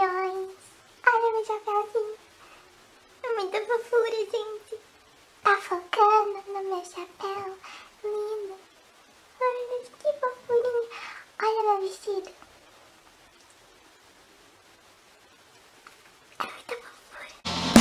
milhões. Olha meu chapéuzinho. É muita fofura, gente. Tá focando no meu chapéu. Lindo. Olha que fofurinha. Olha meu vestido. É muita fofura.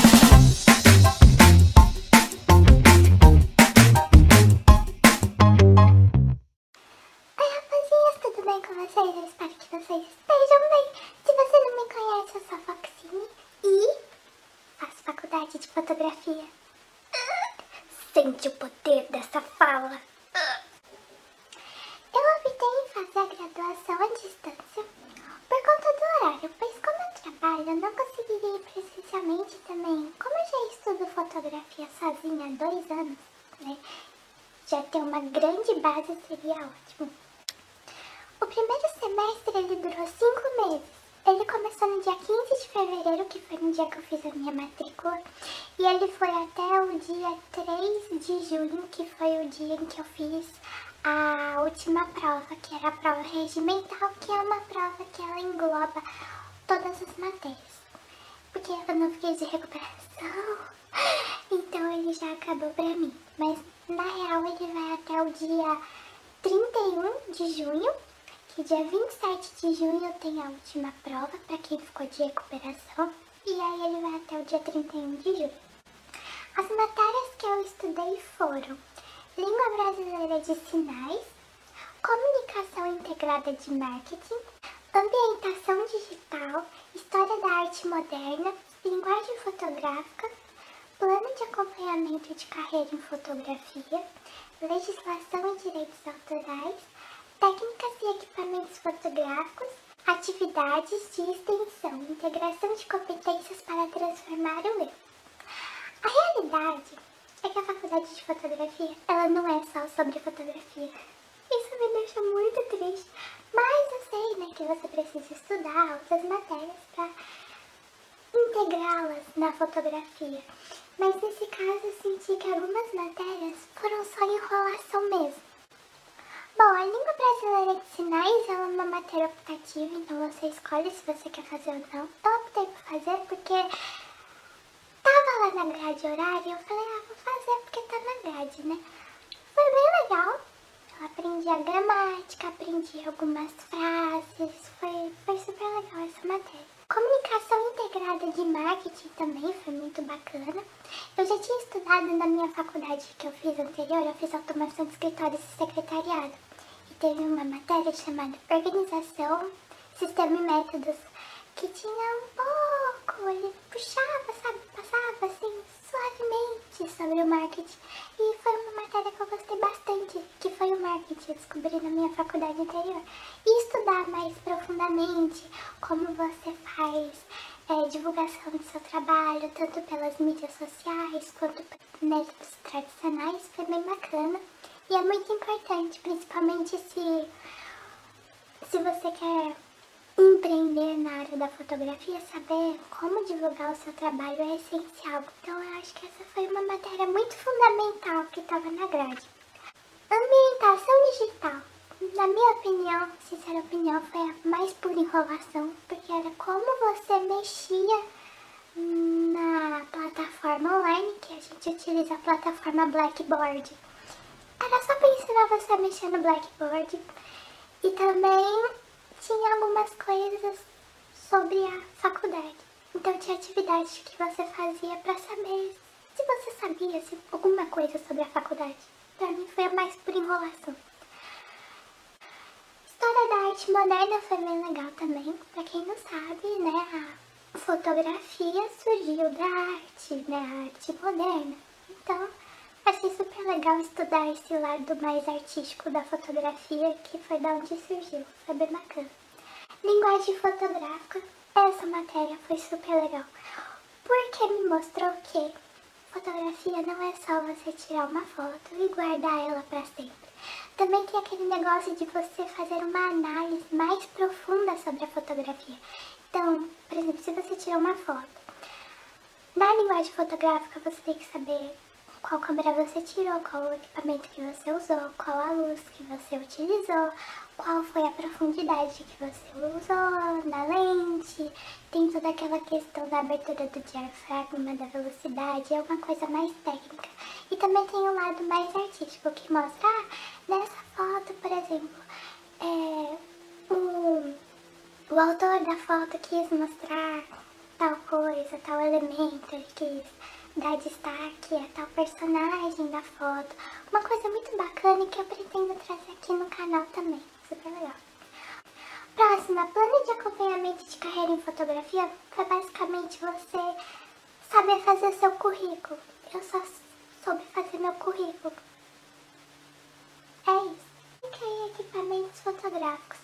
Oi, rapazinhas, tudo bem com vocês? Eu espero que vocês estejam bem. Se você não me conhece, eu sou a Foxine e faço faculdade de fotografia. Sente o poder dessa fala. Eu optei em fazer a graduação à distância por conta do horário, pois como eu trabalho, eu não conseguiria ir presencialmente também. Como eu já estudo fotografia sozinha há 2 anos, né? Já ter uma grande base seria ótimo. O primeiro semestre ele durou 5 meses. Ele começou no dia 15 de fevereiro, que foi no dia que eu fiz a minha matrícula, e ele foi até o dia 3 de junho, que foi o dia em que eu fiz a última prova, que era a prova regimental, que é uma prova que ela engloba todas as matérias. Porque eu não fiquei de recuperação, então ele já acabou pra mim. Mas na real ele vai até o dia 31 de junho, que dia 27 de junho tem a última prova para quem ficou de recuperação, e aí ele vai até o dia 31 de julho. As matérias que eu estudei foram Língua Brasileira de Sinais, Comunicação Integrada de Marketing, Ambientação Digital, História da Arte Moderna, Linguagem Fotográfica, Plano de Acompanhamento de Carreira em Fotografia, Legislação e Direitos Autorais, Técnicas e equipamentos fotográficos, atividades de extensão, integração de competências para transformar o eu. A realidade é que a faculdade de fotografia, ela não é só sobre fotografia. Isso me deixa muito triste, mas eu sei, né, que você precisa estudar outras matérias para integrá-las na fotografia. Mas nesse caso eu senti que algumas matérias foram só enrolação mesmo. Bom, a Língua Brasileira de Sinais é uma matéria optativa, então você escolhe se você quer fazer ou não. Eu optei por fazer porque tava lá na grade horária e eu falei, vou fazer porque tá na grade, né? Foi bem legal. Eu aprendi a gramática, aprendi algumas frases, foi super legal essa matéria. Comunicação integrada de marketing também foi muito bacana. Eu já tinha estudado na minha faculdade que eu fiz anterior, eu fiz automação de escritórios e secretariado. E teve uma matéria chamada Organização, Sistema e Métodos, que tinha um pouco, ele puxava, sabe, passava assim, suavemente sobre o marketing. E foi uma matéria que eu gostei bastante, que foi o marketing, eu descobri na minha faculdade anterior. E estudar mais profundamente como você faz divulgação do seu trabalho, tanto pelas mídias sociais quanto métodos tradicionais, foi bem bacana. E é muito importante, principalmente se você quer empreender na área da fotografia, saber como divulgar o seu trabalho é essencial. Então eu acho que essa foi uma matéria muito fundamental que estava na grade. Ambientação digital, na minha opinião, sincera opinião, foi a mais pura enrolação, porque era como você mexia na plataforma online, que a gente utiliza a plataforma Blackboard. Era só para ensinar você a mexer no Blackboard. E também tinha algumas coisas sobre a faculdade. Então tinha atividades que você fazia para saber se você sabia alguma coisa sobre a faculdade. Para mim foi a mais pura enrolação. História da arte moderna foi bem legal também. Para quem não sabe, né, a fotografia surgiu da arte, né, a arte moderna. Então achei super legal estudar esse lado mais artístico da fotografia, que foi da onde surgiu, foi bem bacana. Linguagem fotográfica, essa matéria foi super legal, porque me mostrou que fotografia não é só você tirar uma foto e guardar ela para sempre. Também tem aquele negócio de você fazer uma análise mais profunda sobre a fotografia. Então, por exemplo, se você tirou uma foto, na linguagem fotográfica você tem que saber qual câmera você tirou, qual o equipamento que você usou, qual a luz que você utilizou, qual foi a profundidade que você usou na lente. Tem toda aquela questão da abertura do diafragma, da velocidade, é uma coisa mais técnica. E também tem um lado mais artístico que mostra, nessa foto, por exemplo, o autor da foto quis mostrar tal coisa, tal elemento, ele quis dar destaque a tal personagem da foto. Uma coisa muito bacana e que eu pretendo trazer aqui no canal também, super legal. Próxima, plano de acompanhamento de carreira em fotografia foi basicamente você saber fazer seu currículo. Eu só soube fazer meu currículo. É isso. Fiquei equipamentos fotográficos.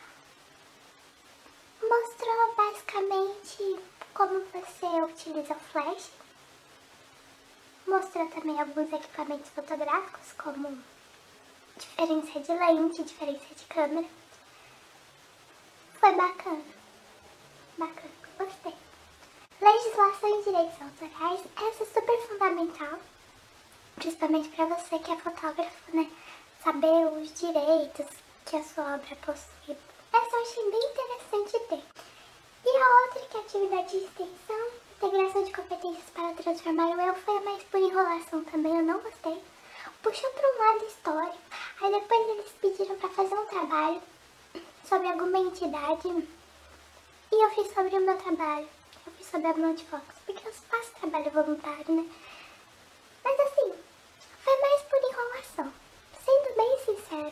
Mostrou basicamente como você utiliza o flash. Mostrou também alguns equipamentos fotográficos, como diferença de lente, diferença de câmera. Foi bacana. Bacana, gostei. Legislação e direitos autorais, essa é super fundamental. Principalmente para você que é fotógrafo, né? Saber os direitos que a sua obra possui. Essa eu achei bem interessante ter. E a outra, que é a atividade de extensão, integração de competências para transformar o eu, foi a mais por enrolação também, eu não gostei. Puxou para um lado histórico, aí depois eles pediram para fazer um trabalho sobre alguma entidade, e eu fiz sobre o meu trabalho, eu fiz sobre a Blonde Fox, porque eu faço trabalho voluntário, né? Mas assim, foi mais por enrolação, sendo bem sincera.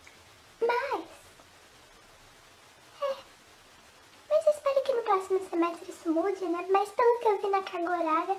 Mas eu espero que no próximo semestre isso mude, né? Mas pelo que eu vi na carga horária,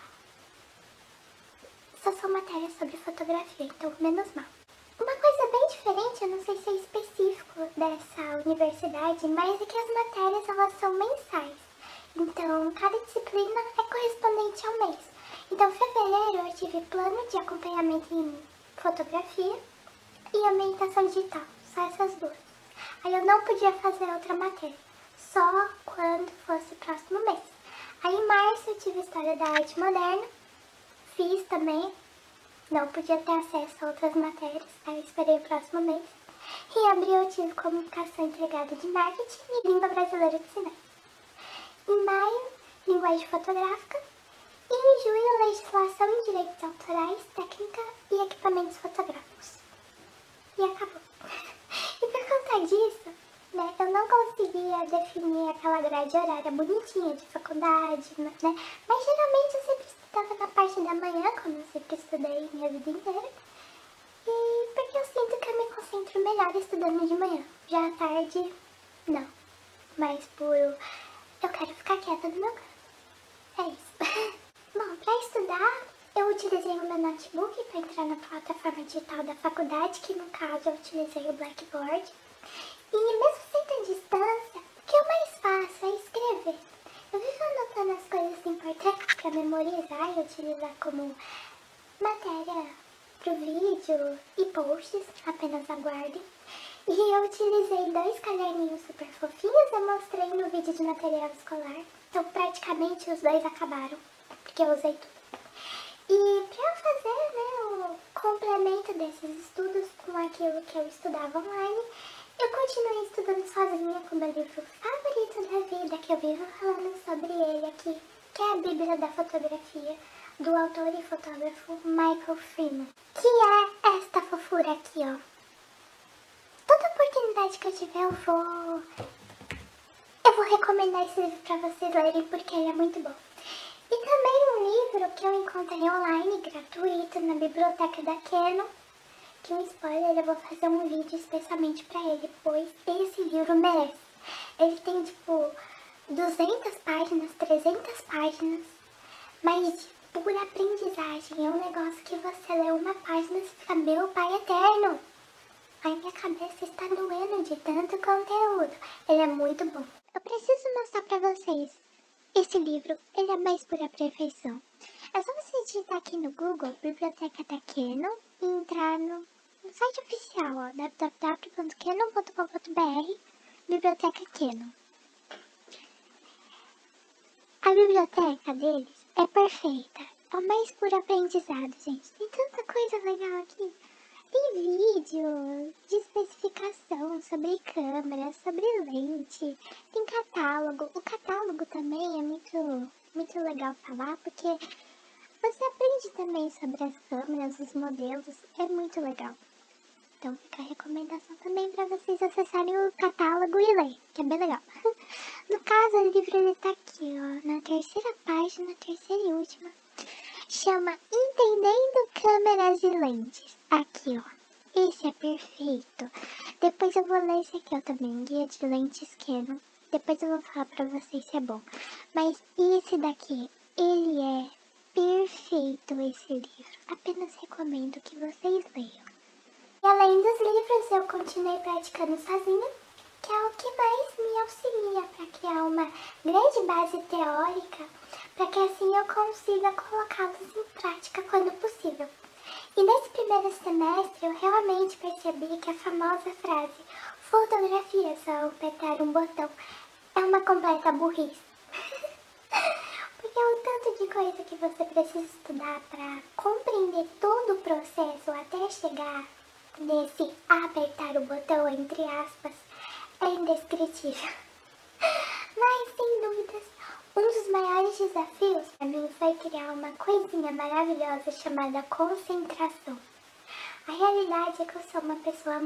só são matérias sobre fotografia, então menos mal. Uma coisa bem diferente, eu não sei se é específico dessa universidade, mas é que as matérias elas são mensais. Então, cada disciplina é correspondente ao mês. Então, em fevereiro eu tive plano de acompanhamento em fotografia e ambientação digital, só essas duas. Aí eu não podia fazer outra matéria, só quando fosse o próximo mês. Aí em março eu tive História da Arte Moderna, fiz também, não podia ter acesso a outras matérias, aí eu esperei o próximo mês. Em abril eu tive Comunicação Integrada de Marketing e Língua Brasileira de Cinema. Em maio, Linguagem Fotográfica. E em junho, Legislação em Direitos Autorais, Técnica e Equipamentos Fotográficos. E acabou. E por conta disso, né, eu não conseguia definir aquela grade horária bonitinha de faculdade, né? Mas geralmente eu sempre estudava na parte da manhã, como eu sempre estudei minha vida inteira. E porque eu sinto que eu me concentro melhor estudando de manhã. Já à tarde, não. Mas por eu quero ficar quieta no meu canto. É isso. Bom, pra estudar, eu utilizei o meu notebook para entrar na plataforma digital da faculdade, que no caso eu utilizei o Blackboard. E mesmo sendo à distância, o que eu mais faço é escrever. Eu vivo anotando as coisas importantes para memorizar e utilizar como matéria pro vídeo e posts, apenas aguardem. E eu utilizei 2 caderninhos super fofinhos, eu mostrei no vídeo de material escolar. Então praticamente os 2 acabaram, porque eu usei tudo. E para eu fazer, né, o complemento desses estudos com aquilo que eu estudava online, eu continuei estudando sozinha com o meu livro favorito da vida, que eu vivo falando sobre ele aqui, que é a Bíblia da Fotografia, do autor e fotógrafo Michael Freeman, que é esta fofura aqui, ó. Toda oportunidade que eu tiver eu vou recomendar esse livro pra vocês lerem, porque ele é muito bom. E também um livro que eu encontrei online, gratuito, na biblioteca da Canon, que um spoiler, eu vou fazer um vídeo especialmente pra ele, pois esse livro merece. Ele tem, tipo, 200 páginas, 300 páginas, mas de pura aprendizagem. É um negócio que você lê uma página e fica, meu pai eterno. Ai, minha cabeça está doendo de tanto conteúdo. Ele é muito bom. Eu preciso mostrar pra vocês. Esse livro, ele é mais pura perfeição. É só você digitar aqui no Google, Biblioteca da Canon, e entrar no site oficial, ó, www.canon.com.br, Biblioteca Canon. A biblioteca deles é perfeita. É o mais puro aprendizado, gente. Tem tanta coisa legal aqui. Tem vídeo de especificação sobre câmera, sobre lente, tem catálogo. O catálogo também é muito legal falar, porque você aprende também sobre as câmeras, os modelos, é muito legal. Então fica a recomendação também para vocês acessarem o catálogo e ler, que é bem legal. No caso, o livro ele tá aqui, ó, na terceira página, terceira e última. Chama Entendendo Câmeras e Lentes. Aqui, ó. Esse é perfeito. Depois eu vou ler esse aqui, ó, também. Guia de Lentes Canon. Depois eu vou falar pra vocês se é bom. Mas esse daqui, ele é perfeito, esse livro. Apenas recomendo que vocês leiam. E além dos livros, eu continuei praticando sozinha, que é o que mais me auxilia para criar uma grande base teórica, para que assim eu consiga colocá-los em prática quando possível. E nesse primeiro semestre eu realmente percebi que a famosa frase "fotografia só apertar um botão" é uma completa burrice. Porque o tanto de coisa que você precisa estudar para compreender todo o processo até chegar nesse apertar o botão, entre aspas, é indescritível. Mas, sem dúvidas, um dos maiores desafios para mim foi criar uma coisinha maravilhosa chamada concentração. A realidade é que eu sou uma pessoa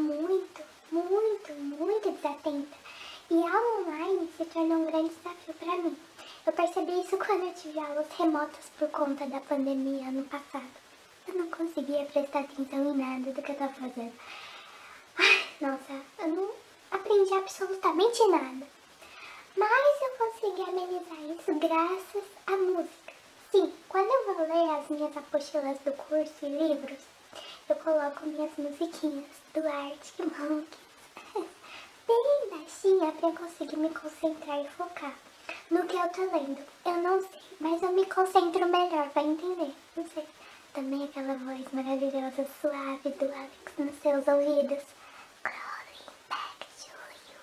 muito desatenta. E a online se tornou um grande desafio para mim. Eu percebi isso quando eu tive aulas remotas por conta da pandemia ano passado. Eu não conseguia prestar atenção em nada do que eu estava fazendo. Ai, nossa, eu não aprendi absolutamente nada. Mas eu consegui amenizar isso graças à música. Sim, quando eu vou ler as minhas apostilas do curso e livros, eu coloco minhas musiquinhas do Arctic Monkeys bem baixinha pra eu conseguir me concentrar e focar no que eu tô lendo. Eu não sei, mas eu me concentro melhor, vai entender, não sei. Também aquela voz maravilhosa, suave do Alex nos seus ouvidos. Crawling back to you.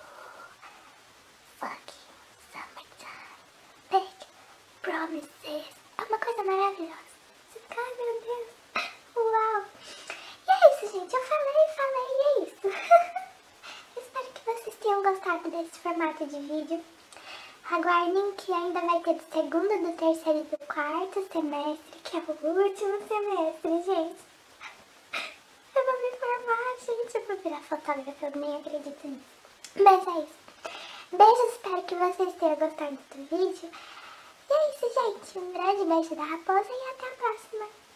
Fucking summertime. Big promises. É uma coisa maravilhosa. Você fica, ai meu Deus. Uau. E é isso, gente. Eu falei e é isso. Espero que vocês tenham gostado desse formato de vídeo. Aguardem que ainda vai ter do segundo, do terceiro e do quarto semestre, que é o último semestre, gente. Eu vou me formar, gente. Eu vou virar fotógrafa, eu nem acredito nisso. Mas é isso. Beijos, espero que vocês tenham gostado do vídeo. E é isso, gente. Um grande beijo da raposa e até a próxima.